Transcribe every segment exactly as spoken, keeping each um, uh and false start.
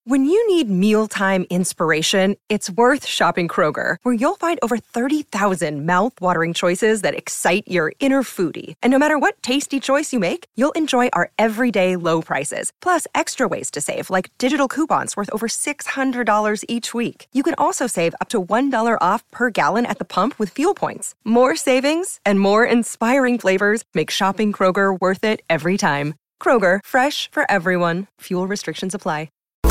When you need mealtime inspiration, it's worth shopping Kroger, where you'll find over thirty thousand mouth-watering choices that excite your inner foodie. And no matter what tasty choice you make, you'll enjoy our everyday low prices, plus extra ways to save, like digital coupons worth over six hundred dollars each week. You can also save up to one dollar off per gallon at the pump with fuel points. More savings and more inspiring flavors make shopping Kroger worth it every time. Kroger, fresh for everyone. Fuel restrictions apply.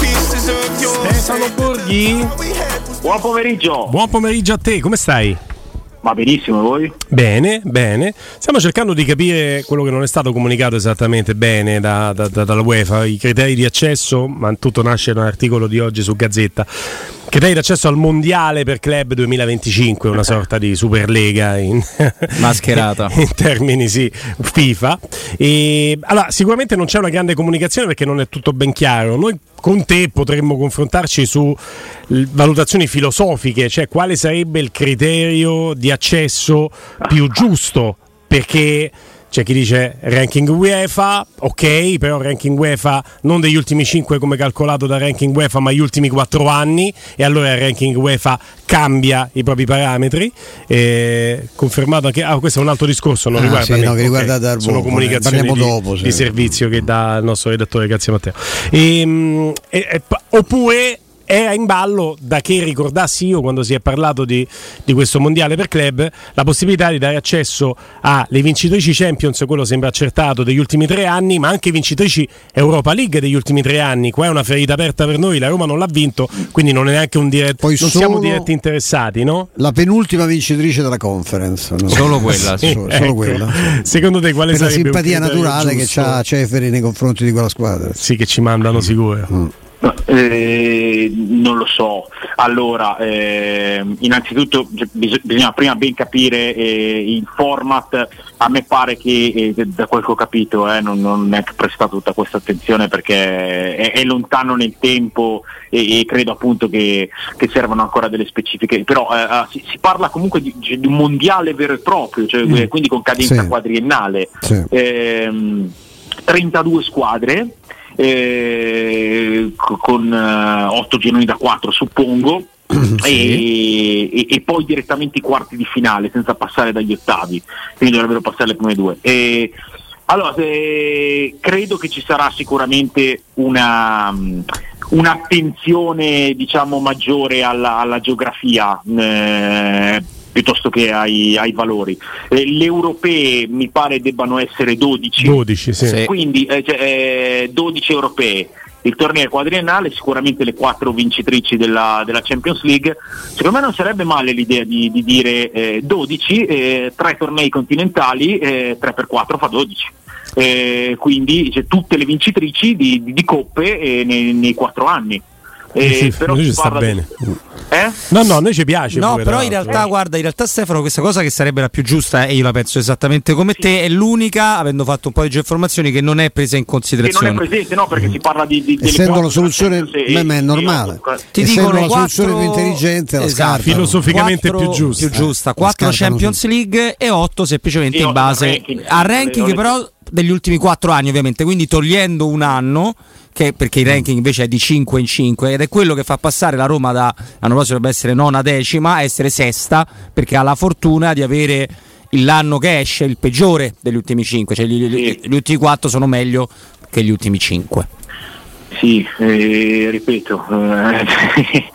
Stefano Borghi, buon pomeriggio. Buon pomeriggio a te, come stai? Ma benissimo, voi? Bene, bene. Stiamo cercando di capire quello che non è stato comunicato esattamente bene da, da, da, dalla UEFA, i criteri di accesso, ma tutto nasce da un articolo di oggi su Gazzetta. Criteri di accesso al mondiale per club duemilaventicinque, una sorta di Superlega in mascherata in termini sì, FIFA. E allora sicuramente non c'è una grande comunicazione perché non è tutto ben chiaro. Noi con te potremmo confrontarci su valutazioni filosofiche, cioè quale sarebbe il criterio di accesso più giusto, perché c'è chi dice ranking UEFA, ok, però ranking UEFA non degli ultimi cinque come calcolato da ranking UEFA, ma gli ultimi quattro anni, e allora il ranking UEFA cambia i propri parametri. Eh, confermato anche, ah, questo è un altro discorso, non ah, riguarda sì, me, no, che okay. riguarda Darbo, sono comunicazioni di, dopo, sì. di servizio che dà il nostro redattore, grazie Matteo. E, e, e, oppure era in ballo, da che ricordassi io quando si è parlato di, di questo mondiale per club, la possibilità di dare accesso alle vincitrici Champions, quello sembra accertato, degli ultimi tre anni, ma anche vincitrici Europa League degli ultimi tre anni. Qua è una ferita aperta per noi, la Roma non l'ha vinto, quindi non è neanche un diretto, non siamo diretti interessati, no? La penultima vincitrice della Conference, no? Solo quella, sì. solo, ecco. solo quella. Secondo te quale per la sarebbe simpatia un criterio naturale giusto? che c'ha Ceferi nei confronti di quella squadra? Sì, che ci mandano sicuro. Mm. Eh, non lo so. Allora, eh, innanzitutto bis- bisogna prima ben capire eh, il format. A me pare che, eh, da quel che ho capito, eh, non, non è prestato tutta questa attenzione perché è, è lontano nel tempo e, e credo appunto che, che servano ancora delle specifiche. Però eh, si, si parla comunque di, di un mondiale vero e proprio, cioè, mm. quindi con cadenza sì. quadriennale. Sì. Eh, trentadue squadre. Eh, con uh, otto gironi da quattro suppongo sì. e, e, e poi direttamente i quarti di finale senza passare dagli ottavi, quindi dovrebbero passare le prime due. E, allora eh, credo che ci sarà sicuramente una um, un'attenzione diciamo maggiore alla, alla geografia eh, piuttosto che ai, ai valori. Eh, le europee mi pare debbano essere dodici, dodici sì. Sì. Quindi eh, cioè, eh, dodici europee. Il torneo quadriennale, sicuramente le quattro vincitrici della, della Champions League. Secondo me non sarebbe male l'idea di, di dire eh, dodici, eh, tre tornei continentali, eh, tre per quattro fa dodici. Eh, quindi cioè, tutte le vincitrici di, di, di coppe eh, nei, nei quattro anni. Eh, sì, però noi si ci sta parla bene. di... eh? No, no, a noi ci piace. No, pure, però no, in realtà, no. guarda, in realtà Stefano, questa cosa che sarebbe la più giusta, e io la penso esattamente come sì. te, è l'unica, avendo fatto un po' di informazioni, che non è presa in considerazione. Che non è presente, no, perché si parla di... di essendo la soluzione, ma è normale. Ti essendo dicono la quattro... soluzione più intelligente, la esatto, filosoficamente più giusta. Più giusta. quattro Champions League e otto semplicemente in base ranking, al ranking, però degli ultimi quattro anni, ovviamente, quindi togliendo un anno, che perché il ranking invece è di cinque in cinque, ed è quello che fa passare la Roma da, l'anno prossimo dovrebbe essere nona decima a essere sesta, perché ha la fortuna di avere l'anno che esce il peggiore degli ultimi cinque, cioè gli, gli, gli ultimi quattro sono meglio che gli ultimi cinque. Sì, eh, ripeto, eh,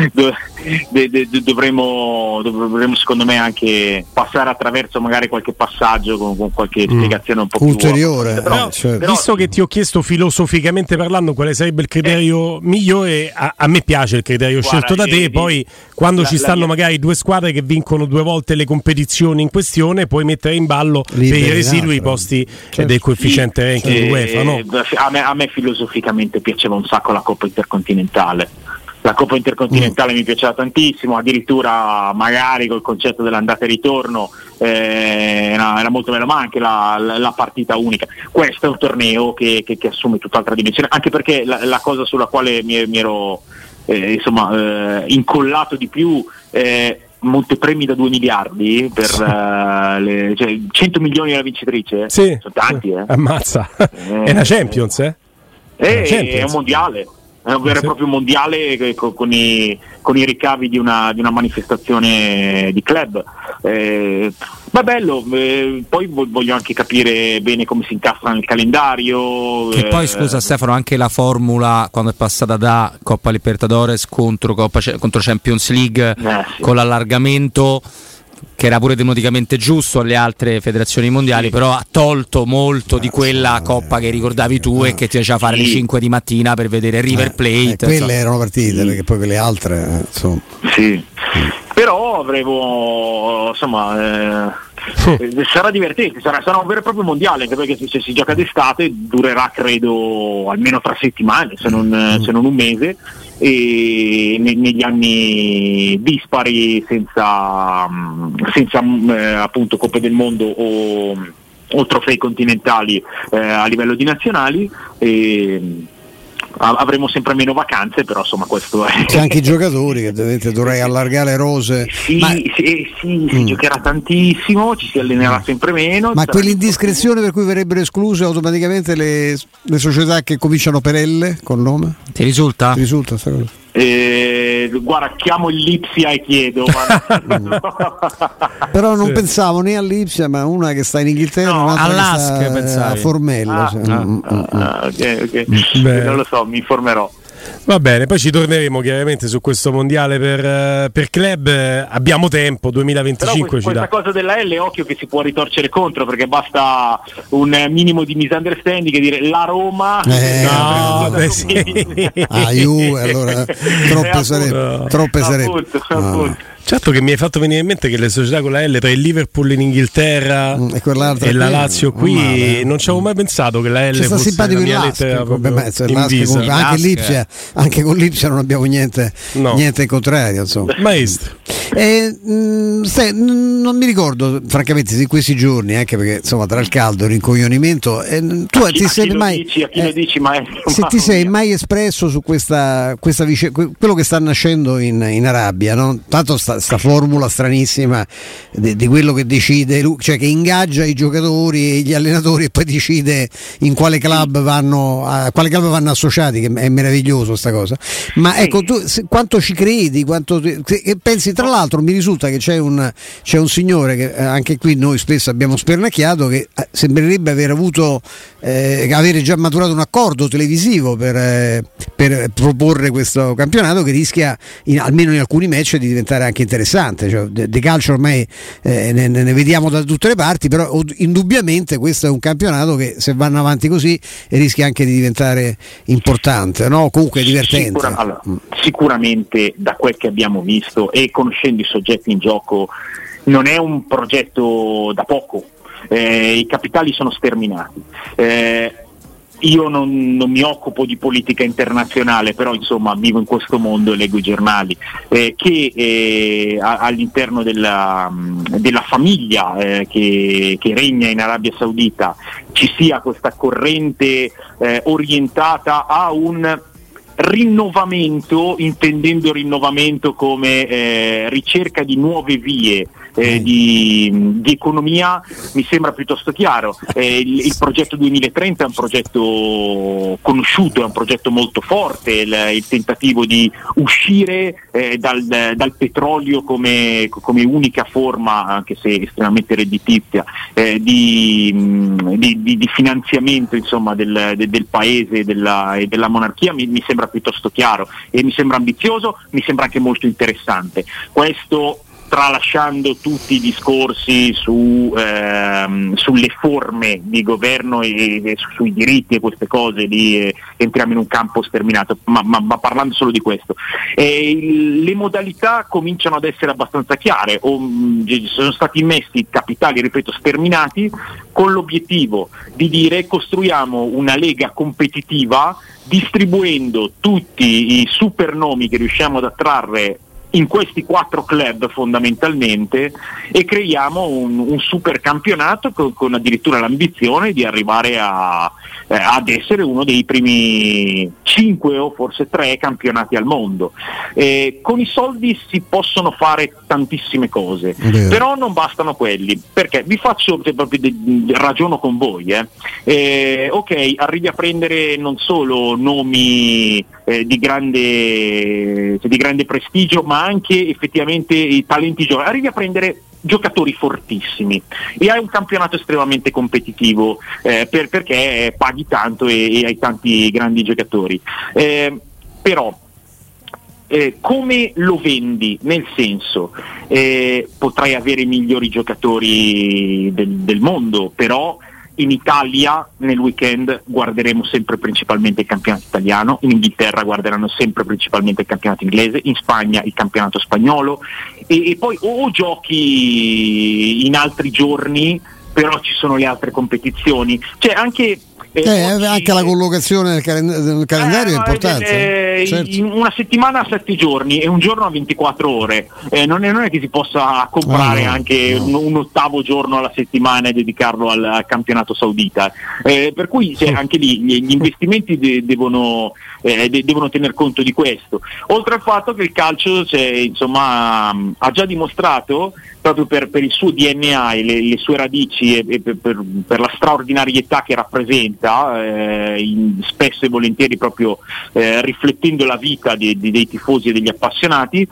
de, de, de, dovremmo, dovremmo secondo me anche passare attraverso magari qualche passaggio con, con qualche mm. spiegazione un po' ulteriore. più però, no, certo. però, visto che ti ho chiesto filosoficamente parlando quale sarebbe il criterio eh, migliore, a, a me piace il criterio guarda, scelto da te, eh, poi quando la, ci stanno la, magari due squadre che vincono due volte le competizioni in questione, puoi mettere in ballo Liberi, per i residui i posti certo. del coefficiente sì, ranking eh, UEFA, no? A me, a me filosoficamente piaceva un sacco la Coppa Intercontinentale. La Coppa Intercontinentale mm. mi piaceva tantissimo, addirittura magari col concetto dell'andata e ritorno eh, era, era molto bello, ma anche la, la, la partita unica. Questo è un torneo che, che, che assume tutt'altra dimensione, anche perché la, la cosa sulla quale mi, mi ero eh, insomma eh, incollato di più eh, montepremi da due miliardi per uh, le, cioè, cento milioni alla vincitrice, sì, sono tanti, sì. eh. Ammazza, eh, è una Champions, eh? Eh, è un mondiale. è un vero e proprio mondiale con, con, i, con i ricavi di una, di una manifestazione di club. Eh, ma è bello, eh, poi voglio anche capire bene come si incastra nel calendario. Che eh, poi scusa Stefano, anche la formula quando è passata da Coppa Libertadores contro, Coppa, contro Champions League eh, sì. con l'allargamento, che era pure democraticamente giusto alle altre federazioni mondiali, sì. però ha tolto molto di quella coppa che ricordavi tu e che ti faceva fare sì. le cinque di mattina per vedere River Plate. Eh, quelle erano partite, perché poi quelle altre eh, insomma. Sì. Però avremo insomma eh, sarà divertente, sarà, sarà un vero e proprio mondiale, anche perché se, se si gioca d'estate durerà credo almeno tre settimane, se non, mm. se non un mese, e ne, negli anni dispari senza, senza eh, appunto Coppe del Mondo o, o trofei continentali eh, a livello di nazionali. E, avremo sempre meno vacanze, però insomma questo è. C'è anche i giocatori che dovete, dovrei allargare le rose. Sì, ma... sì, sì mm. si giocherà tantissimo, ci si allenerà sempre meno. Ma quell'indiscrezione per cui verrebbero escluse automaticamente le, le società che cominciano per L col nome? Ti risulta? Ti risulta sta cosa? Eh, guarda, chiamo il Lipsia e chiedo. Ma... Però non sì. pensavo né all'Ipsia, ma una che sta in Inghilterra, no, un'altra che sta a Formello. Ah, cioè. ah, mm, ah, ah, okay, okay. Non lo so, mi informerò. Va bene, poi ci torneremo chiaramente su questo mondiale per, per club. Abbiamo tempo, duemilaventicinque. Però questa cosa della L, occhio che si può ritorcere contro, perché basta un minimo di misunderstanding e dire la Roma. Eh, no, beh, sì. Ah, Juve, allora troppe sarebbero. No. Troppe sarebbe. Appunto, no. appunto. Certo che mi hai fatto venire in mente che le società con la L tra il Liverpool in Inghilterra mm, e, e la qui, Lazio qui male. Non ci avevo mai pensato che la L C'è fosse simpatico la mia il lettera Lask, beh, beh, in Lask, visa. comunque, anche l'Ipsia, anche con l'Ipsia non abbiamo niente, no. niente in contrario, insomma. Maestro. Eh, mh, stai, n- non mi ricordo francamente in questi giorni, anche perché insomma tra il caldo e il rincoglionimento eh, tu a chi, ti sei a chi mai dici, a chi eh, lo dici, maestro, se ti sei mai espresso su questa, questa vice- quello che sta nascendo in, in Arabia, no? Tanto sta, sta formula stranissima di, di quello che decide lui, cioè che ingaggia i giocatori e gli allenatori e poi decide in quale club vanno a quale club vanno associati, che è meraviglioso sta cosa. Ma ecco, tu se, quanto ci credi, quanto che pensi? Tra l'altro mi risulta che c'è un, c'è un signore che eh, anche qui noi spesso abbiamo spernacchiato, che eh, sembrerebbe aver avuto eh, avere già maturato un accordo televisivo per, eh, per proporre questo campionato, che rischia in, almeno in alcuni match di diventare anche interessante. Cioè, di calcio ormai eh, ne, ne vediamo da tutte le parti, però indubbiamente questo è un campionato che se vanno avanti così rischia anche di diventare importante, no? Comunque divertente. Sicura, allora, sicuramente da quel che abbiamo visto e conoscendo i soggetti in gioco non è un progetto da poco, eh, i capitali sono sterminati. Eh, Io non, non mi occupo di politica internazionale, però insomma vivo in questo mondo e leggo i giornali, eh, che eh, a, all'interno della, della famiglia eh, che, che regna in Arabia Saudita ci sia questa corrente eh, orientata a un rinnovamento, intendendo rinnovamento come eh, ricerca di nuove vie eh, di, di economia, mi sembra piuttosto chiaro. Eh, il, il progetto duemilatrenta è un progetto conosciuto, è un progetto molto forte, il, il tentativo di uscire eh, dal, dal petrolio come, come unica forma, anche se estremamente redditizia, eh, di, di, di, di finanziamento insomma del, del, del paese della, e della monarchia, mi, mi sembra piuttosto chiaro e mi sembra ambizioso, mi sembra anche molto interessante. Questo tralasciando tutti i discorsi su, ehm, sulle forme di governo e, e su, sui diritti e queste cose, lì eh, entriamo in un campo sterminato, ma, ma, ma parlando solo di questo. E il, le modalità cominciano ad essere abbastanza chiare, o, mh, sono stati immessi capitali, ripeto, sterminati, con l'obiettivo di dire costruiamo una lega competitiva distribuendo tutti i supernomi che riusciamo ad attrarre in questi quattro club fondamentalmente, e creiamo un, un super campionato con, con addirittura l'ambizione di arrivare a, eh, ad essere uno dei primi cinque o forse tre campionati al mondo. Eh, con i soldi si possono fare tantissime cose, Beh. però non bastano quelli, perché vi faccio, cioè, proprio de- ragiono con voi, eh. Eh, ok, arrivi a prendere non solo nomi eh, di grande cioè, di grande prestigio, ma anche effettivamente i talenti giovani, arrivi a prendere giocatori fortissimi e hai un campionato estremamente competitivo eh, per, perché paghi tanto e, e hai tanti grandi giocatori, eh, però eh, come lo vendi? Nel senso, eh, potrai avere i migliori giocatori del, del mondo, però in Italia nel weekend guarderemo sempre principalmente il campionato italiano, in Inghilterra guarderanno sempre principalmente il campionato inglese, in Spagna il campionato spagnolo, e, e poi o giochi in altri giorni, però ci sono le altre competizioni, cioè anche Eh, eh, oggi, anche la collocazione nel, calend- nel calendario eh, è importante. Eh, certo. In una settimana a sette giorni e un giorno a ventiquattro ore, eh, non, è, non è che si possa comprare oh, no, anche no. Un, un ottavo giorno alla settimana e dedicarlo al, al campionato saudita, eh, per cui cioè, anche lì gli, gli investimenti de- devono, eh, de- devono tener conto di questo, oltre al fatto che il calcio cioè, insomma, ha già dimostrato proprio per, per il suo D N A e le, le sue radici e, e per, per, per la straordinarietà che rappresenta, eh, in, spesso e volentieri proprio eh, riflettendo la vita di, di, dei tifosi e degli appassionati,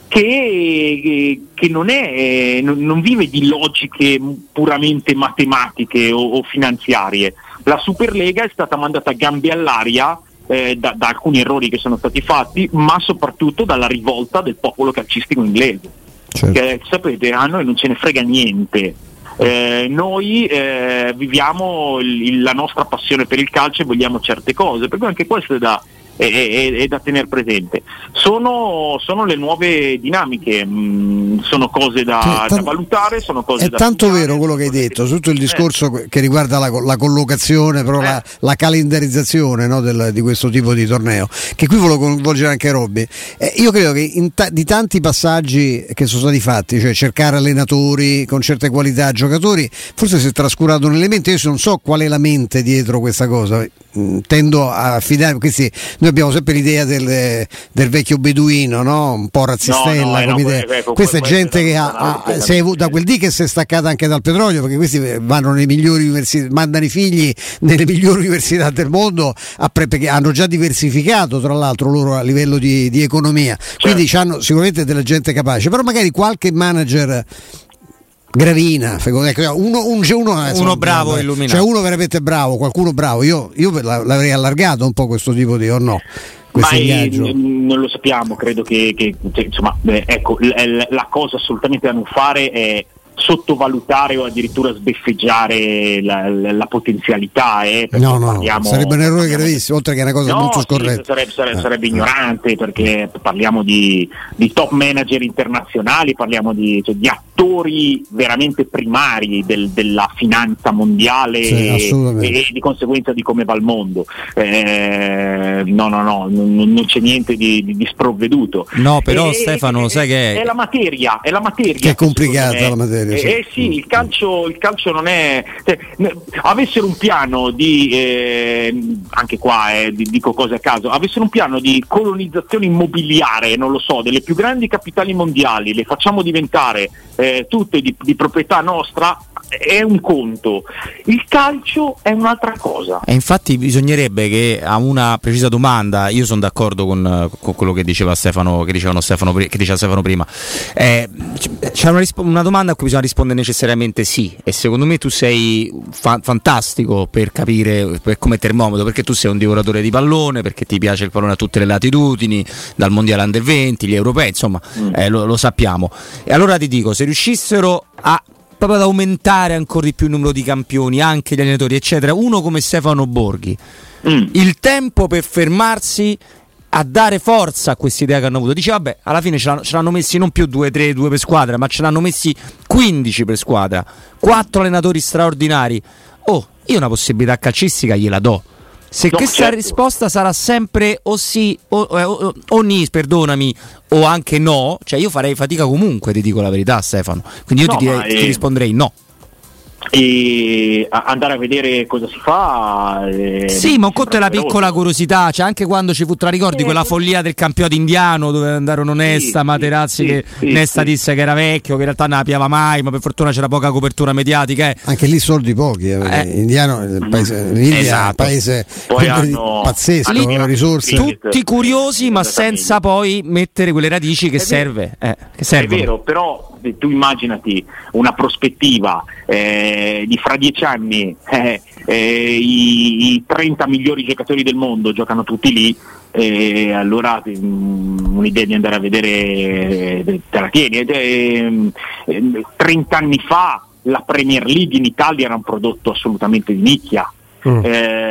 che, che non, è, non, non vive di logiche puramente matematiche o, o finanziarie. La Superlega è stata mandata a gambe all'aria eh, da, da alcuni errori che sono stati fatti, ma soprattutto dalla rivolta del popolo calcistico inglese. Certo. Che sapete, a noi non ce ne frega niente, eh, noi eh, viviamo il, la nostra passione per il calcio e vogliamo certe cose, per cui anche questo è da, è, è, è da tenere presente. Sono, sono le nuove dinamiche, mh, sono cose da, cioè, t- da valutare, sono cose è da tanto studiare, vero quello che hai detto, tutto il discorso eh. che riguarda la, la collocazione, però eh. la, la calendarizzazione, no, del, di questo tipo di torneo, che qui volevo coinvolgere anche Robby. Eh, io credo che in ta- di tanti passaggi che sono stati fatti, cioè cercare allenatori con certe qualità, giocatori, forse si è trascurato un elemento. Io non so qual è la mente dietro questa cosa, tendo a affidare questi. Noi abbiamo sempre l'idea del, del vecchio beduino, no? Un po' razzistella, no, no, come no, idea. Ecco, questa è gente che ha, ha si è, da quel dì che si è staccata anche dal petrolio, perché questi vanno nei migliori università, mandano i figli nelle migliori università del mondo, a pre- perché hanno già diversificato tra l'altro loro a livello di, di economia, certo. Quindi hanno sicuramente della gente capace, però magari qualche manager Gravina, uno, un, uno, uno bravo, illuminato, cioè uno veramente bravo, qualcuno bravo. Io, io l'avrei allargato un po' questo tipo di, o no? Ma è, non lo sappiamo, credo che, che cioè, insomma, eh, ecco, l- la cosa assolutamente da non fare è sottovalutare o addirittura sbeffeggiare la, la, la potenzialità. Eh, no, no, parliamo, sarebbe un errore gravissimo, oltre che una cosa no, molto sì, scorretta. Sarebbe, sarebbe, sarebbe eh. ignorante, perché parliamo di, di top manager internazionali, parliamo di, cioè, di attori veramente primari del, della finanza mondiale, sì, e, e di conseguenza di come va il mondo. Eh, no, no, no, non, non c'è niente di, di, di sprovveduto. No, però e, Stefano, e, sai che è... è la materia, è la materia che è complicata la materia. Eh, eh sì, il calcio, il calcio non è. Cioè, avessero un piano di eh, anche qua eh, dico cose a caso, avessero un piano di colonizzazione immobiliare, non lo so, delle più grandi capitali mondiali, le facciamo diventare eh, tutte di, di proprietà nostra, è un conto. Il calcio è un'altra cosa. E infatti bisognerebbe che a una precisa domanda, io sono d'accordo con, con quello che diceva Stefano, che dicevano Stefano, che diceva Stefano prima. Eh, c'è una, risp- una domanda a cui bisogna rispondere necessariamente sì, e secondo me tu sei fa- fantastico per capire, per, come termometro, perché tu sei un divoratore di pallone, perché ti piace il pallone a tutte le latitudini, dal mondiale under venti, gli europei, insomma, mm. eh, lo, lo sappiamo. E allora ti dico, se riuscissero a proprio ad aumentare ancora di più il numero di campioni, anche gli allenatori eccetera, uno come Stefano Borghi, mm. il tempo per fermarsi a dare forza a questa idea che hanno avuto, dice vabbè, alla fine ce l'hanno, ce l'hanno messi non più due tre due per squadra, ma ce l'hanno messi quindici per squadra, quattro allenatori straordinari, oh, io una possibilità calcistica gliela do. Se no, questa certo. risposta sarà sempre o sì o, o, o, o ni, perdonami, o anche no, cioè io farei fatica comunque, ti dico la verità Stefano, quindi io no, ti, direi, è... ti risponderei no. e a- andare a vedere cosa si fa. Eh, sì, ma un conto è la piccola curiosità, cioè anche quando ci fu, tra ricordi, eh, quella follia del campionato indiano dove andarono Nesta, sì, Materazzi, sì, che sì, Nesta sì. disse che era vecchio, che in realtà non la piava mai, ma per fortuna c'era poca copertura mediatica. Eh. Anche lì soldi pochi, eh, eh. Indiano, il paese, l'India esatto. è un paese hanno, pazzesco, lì, risorse. Tutti curiosi, ma senza poi mettere quelle radici che è serve. Eh, che servono. È vero, però tu immaginati una prospettiva eh, di fra dieci anni eh, eh, i, i trenta migliori giocatori del mondo giocano tutti lì, e allora um, un'idea di andare a vedere eh, te la tieni. Eh, eh, trenta anni fa la Premier League in Italia era un prodotto assolutamente di nicchia. Mm.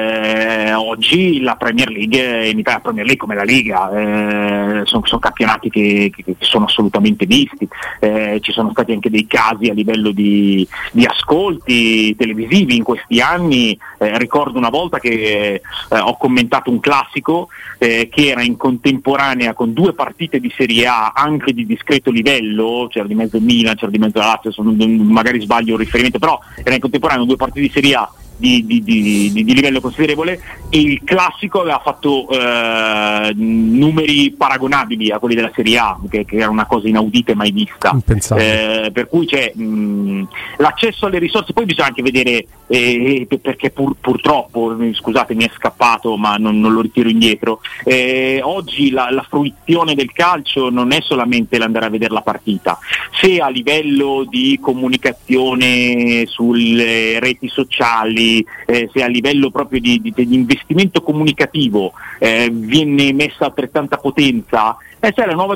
Eh, oggi la Premier League in Italia, la Premier League come la Liga, eh, sono son campionati che, che, che sono assolutamente visti. Eh, ci sono stati anche dei casi a livello di, di ascolti televisivi in questi anni. Eh, ricordo una volta che eh, ho commentato un classico eh, che era in contemporanea con due partite di Serie A anche di discreto livello, c'era di mezzo il Milan, c'era di mezzo la Lazio, magari sbaglio il riferimento, però era in contemporanea con due partite di Serie A Di, di, di, di livello considerevole, e il classico aveva fatto eh, numeri paragonabili a quelli della Serie A, che, che era una cosa inaudita e mai vista. Eh, per cui c'è mh, l'accesso alle risorse. Poi bisogna anche vedere eh, perché pur, purtroppo, scusate, mi è scappato, ma non, non lo ritiro indietro. Eh, oggi la, la fruizione del calcio non è solamente l'andare a vedere la partita. Se a livello di comunicazione sulle reti sociali, Eh, se a livello proprio di, di, di investimento comunicativo eh, viene messa altrettanta potenza, eh, cioè la nuova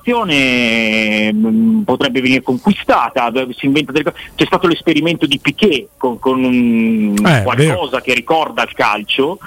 generazione mh, potrebbe venire conquistata, si inventa delle cose. C'è stato l'esperimento di Piqué con, con un, eh, qualcosa vero. che ricorda il calcio,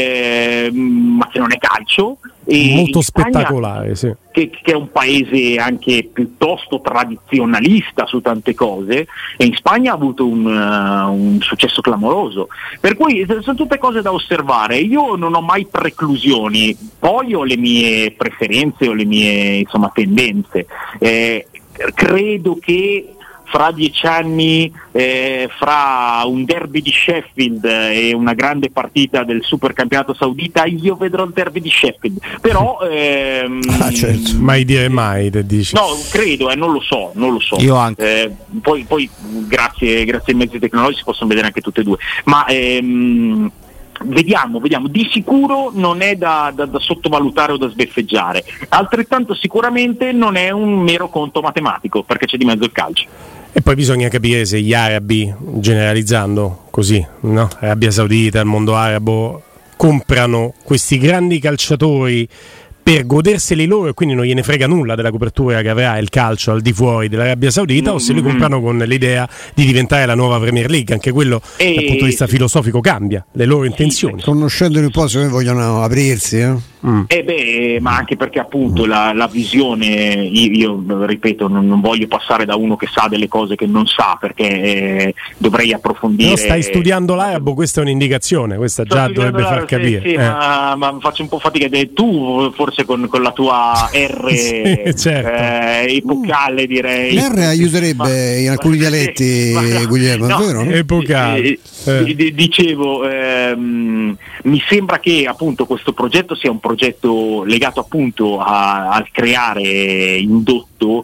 eh, ma che non è calcio. E molto spettacolare, sì. Che, che è un paese anche piuttosto tradizionalista su tante cose, e in Spagna ha avuto un, uh, un successo clamoroso, per cui sono tutte cose da osservare. Io non ho mai preclusioni, poi ho le mie preferenze, ho le mie insomma tendenze. Eh, credo che fra dieci anni, eh, fra un derby di Sheffield e una grande partita del supercampionato saudita, io vedrò il derby di Sheffield. Però ehm, ah, certo. mai dire mai, te dici. No, credo, eh, non lo so, non lo so. Io anche. Eh, poi, poi grazie, grazie ai mezzi tecnologici si possono vedere anche tutte e due. Ma ehm, Vediamo, vediamo, di sicuro non è da, da, da sottovalutare o da sbeffeggiare, altrettanto sicuramente non è un mero conto matematico, perché c'è di mezzo il calcio. E poi bisogna capire se gli arabi, generalizzando così, no? Arabia Saudita, il mondo arabo, comprano questi grandi calciatori per goderseli loro e quindi non gliene frega nulla della copertura che avrà il calcio al di fuori dell'Arabia Saudita, mm-hmm. o se li comprano con l'idea di diventare la nuova Premier League. Anche quello e... dal punto di vista filosofico cambia le loro intenzioni. Conoscendoli un po', se vogliono aprirsi, eh? Mm. Eh beh, ma anche perché appunto la, la visione, io, io ripeto, non, non voglio passare da uno che sa delle cose che non sa, perché eh, dovrei approfondire. Però stai studiando l'arabo, questa è un'indicazione, questa Sto già dovrebbe far capire. Sì, sì, eh. ma, ma faccio un po' fatica. Tu forse con, con la tua R sì, certo. eh, epocale, direi. L'R aiuterebbe ma, in alcuni dialetti, ma, Guglielmo, no, è vero? No? Epocale. Eh, eh. Dicevo, ehm, mi sembra che appunto questo progetto sia un progetto legato appunto a, al creare indotto,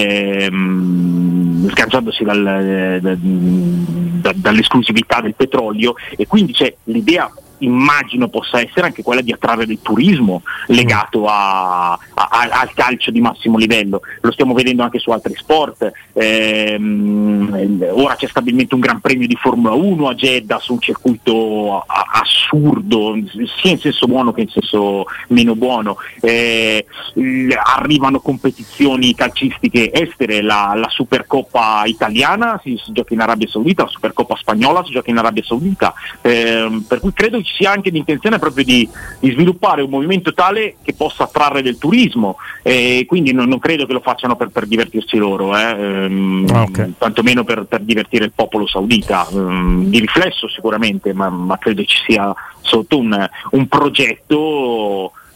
ehm, sganciandosi dal, da, da, dall'esclusività del petrolio, e quindi c'è l'idea, immagino possa essere anche quella di attrarre del turismo legato a, a, al calcio di massimo livello. Lo stiamo vedendo anche su altri sport. Ehm, ora c'è stabilmente un gran premio di Formula uno a Jeddah, su un circuito a, assurdo, sia in senso buono che in senso meno buono. Eh, arrivano competizioni calcistiche estere, la, la Supercoppa italiana si, si gioca in Arabia Saudita, la Supercoppa spagnola si gioca in Arabia Saudita, eh, per cui credo che ci sia anche l'intenzione proprio di, di sviluppare un movimento tale che possa attrarre del turismo, e quindi non, non credo che lo facciano per, per divertirsi loro, eh, ehm, okay. tantomeno per, per divertire il popolo saudita, ehm, di riflesso sicuramente, ma, ma credo ci sia sotto un, un progetto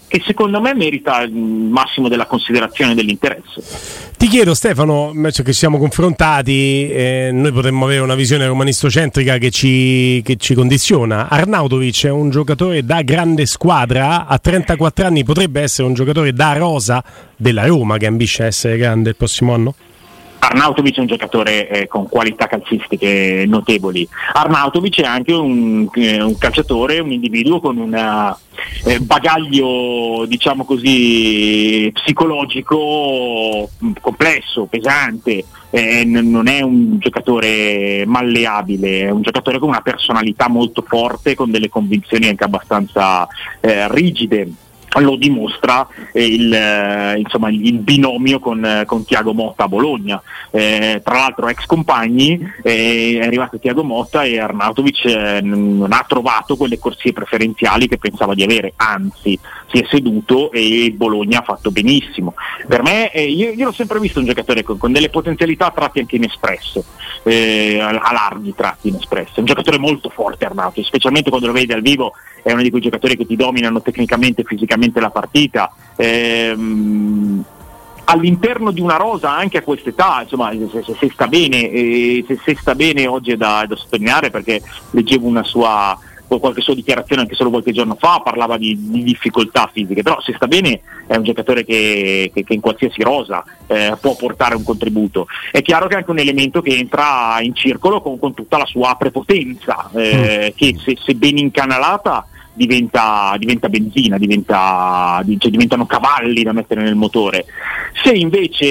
che secondo me merita il massimo della considerazione e dell'interesse. Ti chiedo Stefano, invece che ci siamo confrontati, eh, noi potremmo avere una visione romanistocentrica che ci, che ci condiziona. Arnautovic è un giocatore da grande squadra, a trentaquattro anni potrebbe essere un giocatore da rosa della Roma che ambisce a essere grande il prossimo anno? Arnautovic è un giocatore eh, con qualità calcistiche notevoli. Arnautovic è anche un, eh, un calciatore, un individuo con un eh, bagaglio, diciamo così, psicologico complesso, pesante. Eh, n- non è un giocatore malleabile, è un giocatore con una personalità molto forte, con delle convinzioni anche abbastanza eh, rigide. Lo dimostra eh, il, eh, insomma, il binomio con, eh, con Thiago Motta a Bologna, eh, tra l'altro ex compagni, eh, è arrivato Thiago Motta e Arnautovic eh, non ha trovato quelle corsie preferenziali che pensava di avere, anzi si è seduto e il Bologna ha fatto benissimo. Per me eh, io, io l'ho sempre visto un giocatore con, con delle potenzialità tratti anche in espresso, eh, a larghi tratti in espresso, è un giocatore molto forte Arnautovic, specialmente quando lo vedi dal vivo, è uno di quei giocatori che ti dominano tecnicamente e fisicamente la partita. Ehm, all'interno di una rosa anche a quest'età, insomma, se, se, se sta bene, eh, se, se sta bene oggi è da, da sottolineare, perché leggevo una sua qualche sua dichiarazione anche solo qualche giorno fa, parlava di, di difficoltà fisiche, però se sta bene è un giocatore che, che, che in qualsiasi rosa eh, può portare un contributo. È chiaro che è anche un elemento che entra in circolo con, con tutta la sua prepotenza, eh, mm. che se, se ben incanalata diventa, diventa benzina, diventa, cioè diventano cavalli da mettere nel motore. Se invece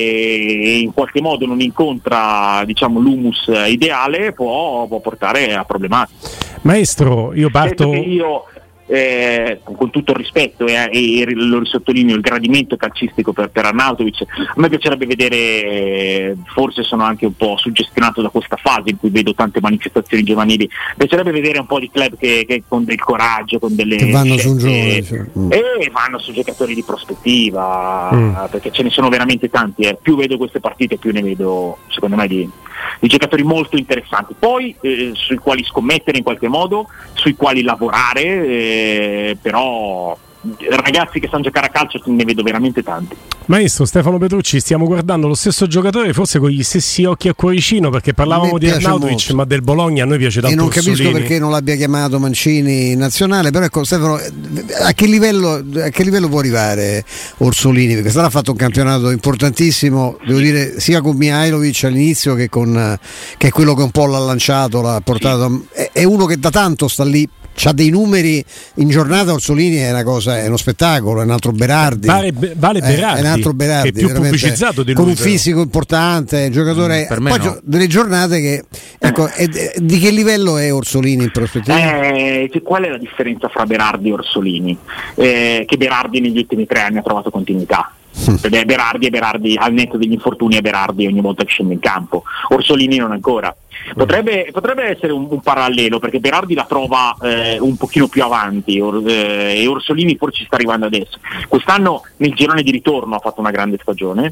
in qualche modo non incontra, diciamo, l'humus ideale, può, può portare a problematiche. Maestro, io parto... Io, eh, con tutto il rispetto eh, e lo risottolineo, il gradimento calcistico per, per Arnautovic, a me piacerebbe vedere, eh, forse sono anche un po' suggestionato da questa fase in cui vedo tante manifestazioni giovanili, piacerebbe vedere un po' di club che, che con del coraggio, con delle che vanno scelte, su un giovane, cioè. mm. e vanno su giocatori di prospettiva, mm. perché ce ne sono veramente tanti, eh. Più vedo queste partite più ne vedo, secondo me, di di giocatori molto interessanti, poi eh, sui quali scommettere in qualche modo, sui quali lavorare, eh, però ragazzi che sanno giocare a calcio ne vedo veramente tanti. Maestro Stefano Petrucci, stiamo guardando lo stesso giocatore, forse con gli stessi occhi a cuoricino, perché parlavamo di Arnautovic, ma del Bologna a noi piace tanto. E non Orsolini. capisco perché non l'abbia chiamato Mancini in nazionale, però ecco Stefano, a che livello, a che livello può arrivare Orsolini? Perché sarà fatto un campionato importantissimo, devo dire, sia con Mihajlovic all'inizio che con che è quello che un po' l'ha lanciato, l'ha portato. Sì. È, è uno che da tanto sta lì. C'ha dei numeri in giornata. Orsolini è una cosa, è uno spettacolo, è un altro Berardi. Vale, vale Berardi, è un altro Berardi, che è più pubblicizzato di lui, con un però. Fisico importante, giocatore. Mm, poi no. delle giornate che ecco, è, è, di che livello è Orsolini in prospettiva? Eh, qual è la differenza fra Berardi e Orsolini? Eh, che Berardi negli ultimi tre anni ha trovato continuità. Perché Berardi e Berardi al netto degli infortuni, e Berardi ogni volta che scende in campo, Orsolini non ancora. Potrebbe, potrebbe essere un, un parallelo, perché Berardi la trova eh, un pochino più avanti or, eh, e Orsolini forse ci sta arrivando adesso. Quest'anno nel girone di ritorno ha fatto una grande stagione.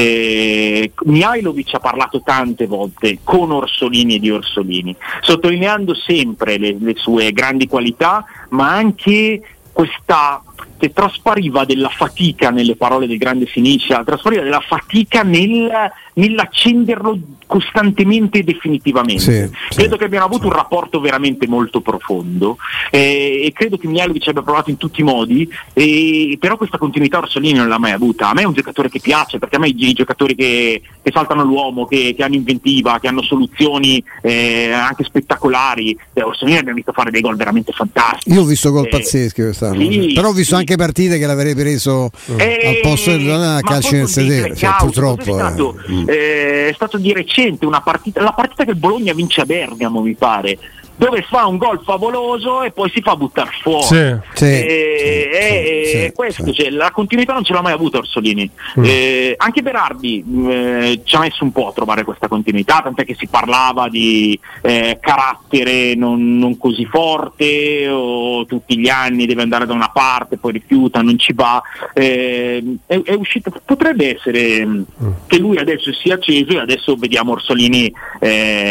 eh, Mihajlovic ha parlato tante volte con Orsolini e di Orsolini, sottolineando sempre le, le sue grandi qualità, ma anche questa che traspariva della fatica nelle parole del grande Sinisa, traspariva della fatica nel, nell'accenderlo costantemente e definitivamente. Sì, credo sì, che abbiano avuto sì. un rapporto veramente molto profondo, eh, e credo che Mihajlovic abbia provato in tutti i modi, eh, però questa continuità Orsolini non l'ha mai avuta. A me è un giocatore che piace, perché a me i, i giocatori che, che saltano l'uomo, che, che hanno inventiva, che hanno soluzioni eh, anche spettacolari, eh, Orsolini abbiamo visto fare dei gol veramente fantastici. Io ho visto gol eh, pazzeschi quest'anno, sì, però ho visto sì. anche partite che l'avrei preso Eh, al posto del calcio nel sedere, cioè, purtroppo è stato, eh. eh, è stato di recente una partita, la partita che il Bologna vince a Bergamo, mi pare, dove fa un gol favoloso e poi si fa buttare fuori. Sì, sì, eh, sì, eh, sì, eh, questo, sì. Cioè, la continuità non ce l'ha mai avuta Orsolini. Mm. Eh, anche Berardi eh, ci ha messo un po' a trovare questa continuità, tant'è che si parlava di eh, carattere non, non così forte, o tutti gli anni deve andare da una parte, poi rifiuta, non ci va. Eh, è, è uscito, potrebbe essere mm. che lui adesso sia acceso e adesso vediamo Orsolini eh,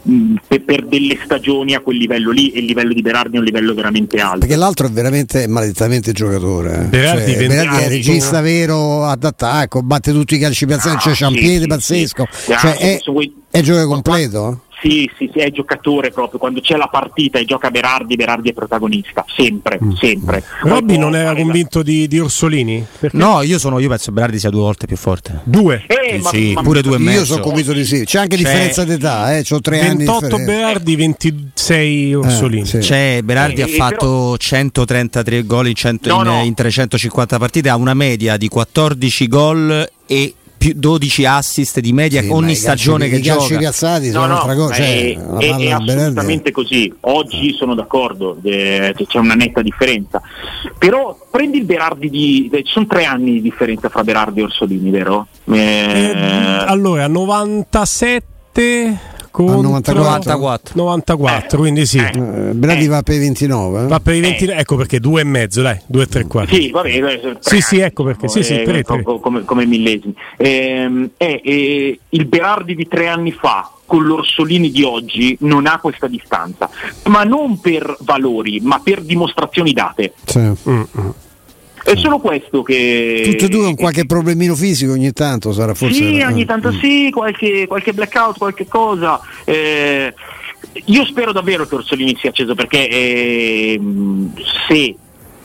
mh, per, per delle stagioni a quel livello lì, e il livello di Berardi è un livello veramente alto. Perché l'altro è veramente maledettamente giocatore. Eh. Berardi, cioè, Berardi è regista vero ad attacco, batte tutti i calci piazzati, cioè c'ha un sì, piede sì, pazzesco. sì. Cioè, Ah, è, quei... è giocatore completo? Sì, sì, sì, è giocatore proprio. Quando c'è la partita e gioca Berardi, Berardi è protagonista, sempre, mm. sempre. Robby non era convinto di, di Orsolini? Perché? No, io sono, io penso che Berardi sia due volte più forte. Due? Eh, sì, ma, sì ma, pure due e mezzo. Io sono convinto di sì. C'è anche c'è differenza d'età, eh? C'ho tre anni. ventotto Berardi, ventisei Orsolini. Eh, sì. C'è Berardi eh, ha fatto però... centotrentatré gol in, cento, no, in, no. in trecentocinquanta partite, ha una media di quattordici gol e più dodici assist di media sì, ogni stagione calci, che i gioca. I calci piazzati sono no, no, un'altra cosa. Cioè, è, è, è assolutamente così. Oggi sono d'accordo, eh, c'è una netta differenza. Però prendi il Berardi di. Ci sono tre anni di differenza fra Berardi e Orsolini, vero? Eh, eh, allora, novantasette contro novantaquattro, novantaquattro, quindi sì. Eh, Berardi eh. va per i ventinove. Eh? Va per i ventinove, ecco perché due e mezzo, dai, due e tre quarti. Sì, vabbè, tre sì, sì, ecco perché, sì, sì, tre, tre. Come, come millesimi. Eh, eh, eh, il Berardi di tre anni fa con l'Orsolini di oggi non ha questa distanza, ma non per valori, ma per dimostrazioni date. Sì. Mm-hmm. È solo questo che. Tutti e due con qualche problemino fisico ogni tanto sarà forse. Sì, era... ogni tanto mm. sì, qualche, qualche blackout, qualche cosa. Eh, io spero davvero che Orsolini sia acceso, perché eh, se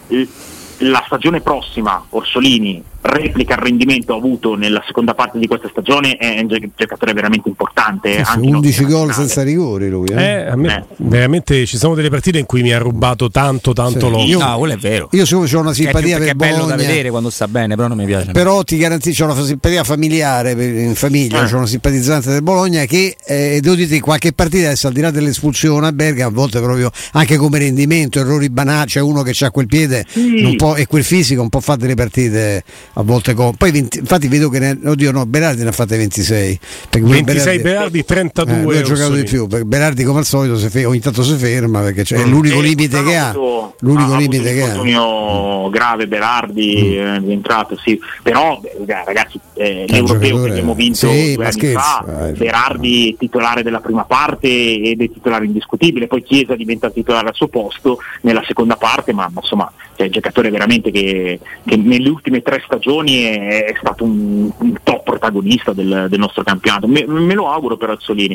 la stagione prossima Orsolini replica il rendimento avuto nella seconda parte di questa stagione, è un giocatore veramente importante. Sì, anche undici gol senza rigori lui. Eh? Eh, a me, eh. Veramente ci sono delle partite in cui mi ha rubato tanto tanto sì. Io, no, quello è vero. Io siccome ho una simpatia per è Bologna. bello da vedere quando sta bene, però non mi piace. Però ti garantisco, c'ho una simpatia familiare in famiglia, eh. c'ho una simpatizzante del Bologna che eh, devo dire qualche partita adesso, al di là dell'espulsione a Bergamo, a volte proprio anche come rendimento, errori banali, c'è cioè uno che ha quel piede sì. non può, e quel fisico non può fare delle partite a volte con poi venti, infatti vedo che ne, oddio no Berardi ne ha fatte ventisei ventisei Berardi, Berardi trentadue eh, lui ha giocato di più. Berardi come al solito se fe, ogni tanto si ferma perché cioè, è l'unico e limite che ha l'unico ha limite che ha un grave Berardi mm. è entrato sì però beh, ragazzi eh, l'europeo che abbiamo vinto sì, due anni scherzo, fa eh, Berardi titolare della prima parte ed è titolare indiscutibile, poi Chiesa diventa titolare al suo posto nella seconda parte, ma insomma è un giocatore veramente che, che nelle ultime tre stagioni è, è stato un, un top protagonista del, del nostro campionato. Me, me lo auguro per Orsolini,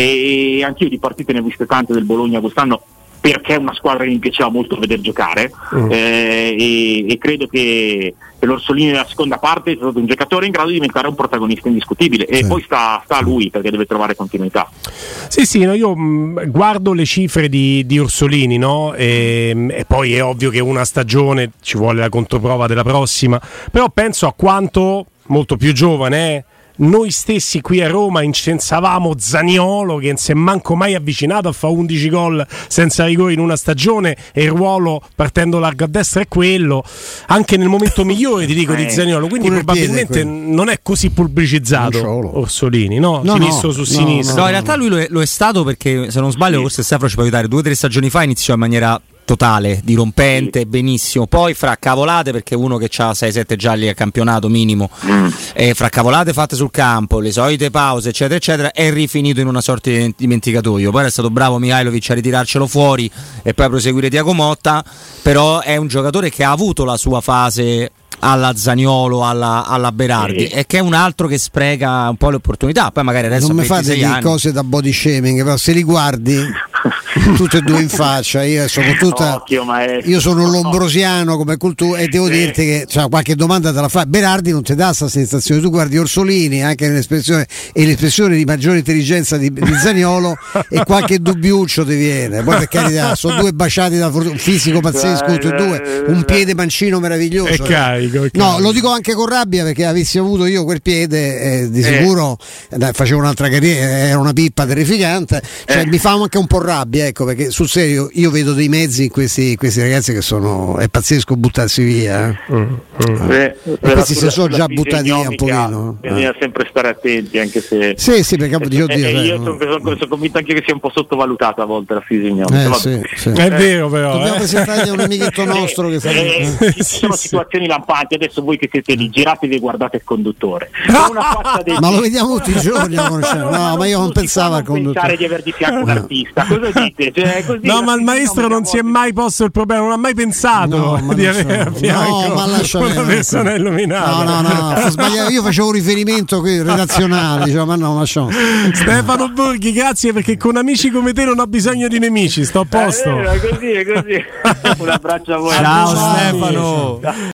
e anch'io di partite ne ho viste tante del Bologna quest'anno, perché è una squadra che mi piaceva molto vedere giocare mm. eh, e, e credo che, che l'Orsolini nella seconda parte è stato un giocatore in grado di diventare un protagonista indiscutibile, e sì. poi sta, sta a lui perché deve trovare continuità. Sì sì, no, io mh, guardo le cifre di, di Orsolini, no? e, e poi è ovvio che una stagione ci vuole la controprova della prossima, però penso a quanto molto più giovane è. Noi stessi qui a Roma incensavamo Zaniolo che non si è manco mai avvicinato a fare undici gol senza rigore in una stagione, e il ruolo partendo largo a destra è quello, anche nel momento migliore ti dico di Zaniolo, quindi pure probabilmente non è così pubblicizzato Orsolini, no? no Sinistro no, su no, sinistra. No, in realtà lui lo è, lo è stato perché, se non sbaglio, sì. forse Stefano ci può aiutare, due o tre stagioni fa iniziò in maniera totale, dirompente, sì. benissimo, poi fra cavolate, perché uno che ha sei sette gialli a campionato minimo, mm. e fra cavolate fatte sul campo, le solite pause eccetera eccetera, è rifinito in una sorta di dimenticatoio. Poi è stato bravo Mihajlovic a ritirarcelo fuori e poi a proseguire Thiago Motta, però è un giocatore che ha avuto la sua fase alla Zaniolo, alla, alla Berardi, sì. e che è un altro che spreca un po' le opportunità. Poi magari adesso non mi fate di cose da body shaming, però se li guardi tutte e due in faccia, io sono tutta Occhio, io sono lombrosiano come cultura, e devo sì. dirti che cioè, qualche domanda te la fa. Berardi non ti dà questa sensazione, tu guardi Orsolini anche nell'espressione e l'espressione di maggiore intelligenza di, di Zaniolo e qualche dubbiuccio ti viene, poi per carità sono due baciati da un fisico pazzesco tutti e due, un piede mancino meraviglioso, è carico, è carico. No, lo dico anche con rabbia, perché avessi avuto io quel piede eh, di sicuro eh. facevo un'altra carriera, era una pippa terrificante, cioè eh. mi fa anche un po' rabbia rabbia, ecco, perché sul serio io vedo dei mezzi in questi, questi ragazzi che sono è pazzesco buttarsi via. Eh. Mm, mm. Eh, e questi si sono già buttati via un pochino. Bisogna eh. sempre stare attenti, anche se sì, sì, perché eh, oddio, eh, io no. sono, sono convinto anche che sia un po' sottovalutata a volte la fisionomia. Eh, sì, sì. È vero, però. Dobbiamo eh. presentargli un amichetto nostro che sta eh, eh, ci sono sì, situazioni lampanti. Adesso voi che siete lì, giratevi e guardate il conduttore. Una del... Ma lo vediamo tutti i giorni. No, no, ma io non pensavo al conduttore. Pensare di aver di fianco un artista, cosa dite? Cioè, così, no, ma il maestro non si è mai posto il problema, non ha mai pensato no, di avere a fianco no, ma lascia una persona illuminata. No, no, no, no. Io facevo un riferimento qui redazionale, diciamo, ma no, lasciamo. Stefano Borghi, grazie, perché con amici come te non ho bisogno di nemici, sto a posto. È vero, è così, è così. Un abbraccio a voi. Ciao Stefano.